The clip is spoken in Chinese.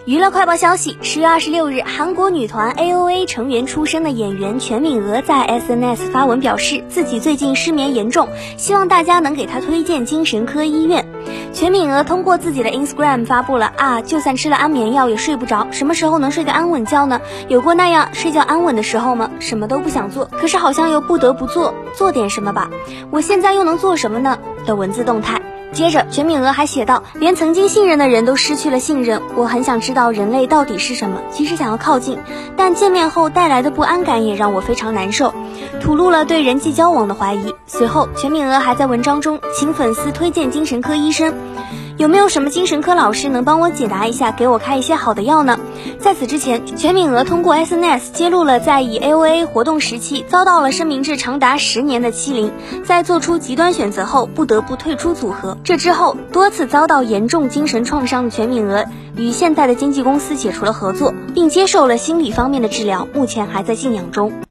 娱乐快报消息，10月26日，韩国女团 AOA 成员出身的演员全敏娥在 SNS 发文表示，自己最近失眠严重，希望大家能给她推荐精神科医院。全敏娥通过自己的 Instagram 发布了就算吃了安眠药也睡不着，什么时候能睡个安稳觉呢？有过那样睡觉安稳的时候吗？什么都不想做，可是好像又不得不做点什么吧。我现在又能做什么呢？的文字动态。接着全敏娥还写道，连曾经信任的人都失去了信任，我很想知道人类到底是什么，即使想要靠近，但见面后带来的不安感也让我非常难受，吐露了对人际交往的怀疑。随后全敏娥还在文章中请粉丝推荐精神科医生，有没有什么精神科老师能帮我解答一下，给我开一些好的药呢？在此之前，全敏娥通过 SNS 揭露了在以 AOA 活动时期遭到了声名制长达10年的欺凌，在做出极端选择后不得不退出组合。这之后多次遭到严重精神创伤的全敏娥与现在的经纪公司解除了合作，并接受了心理方面的治疗，目前还在静养中。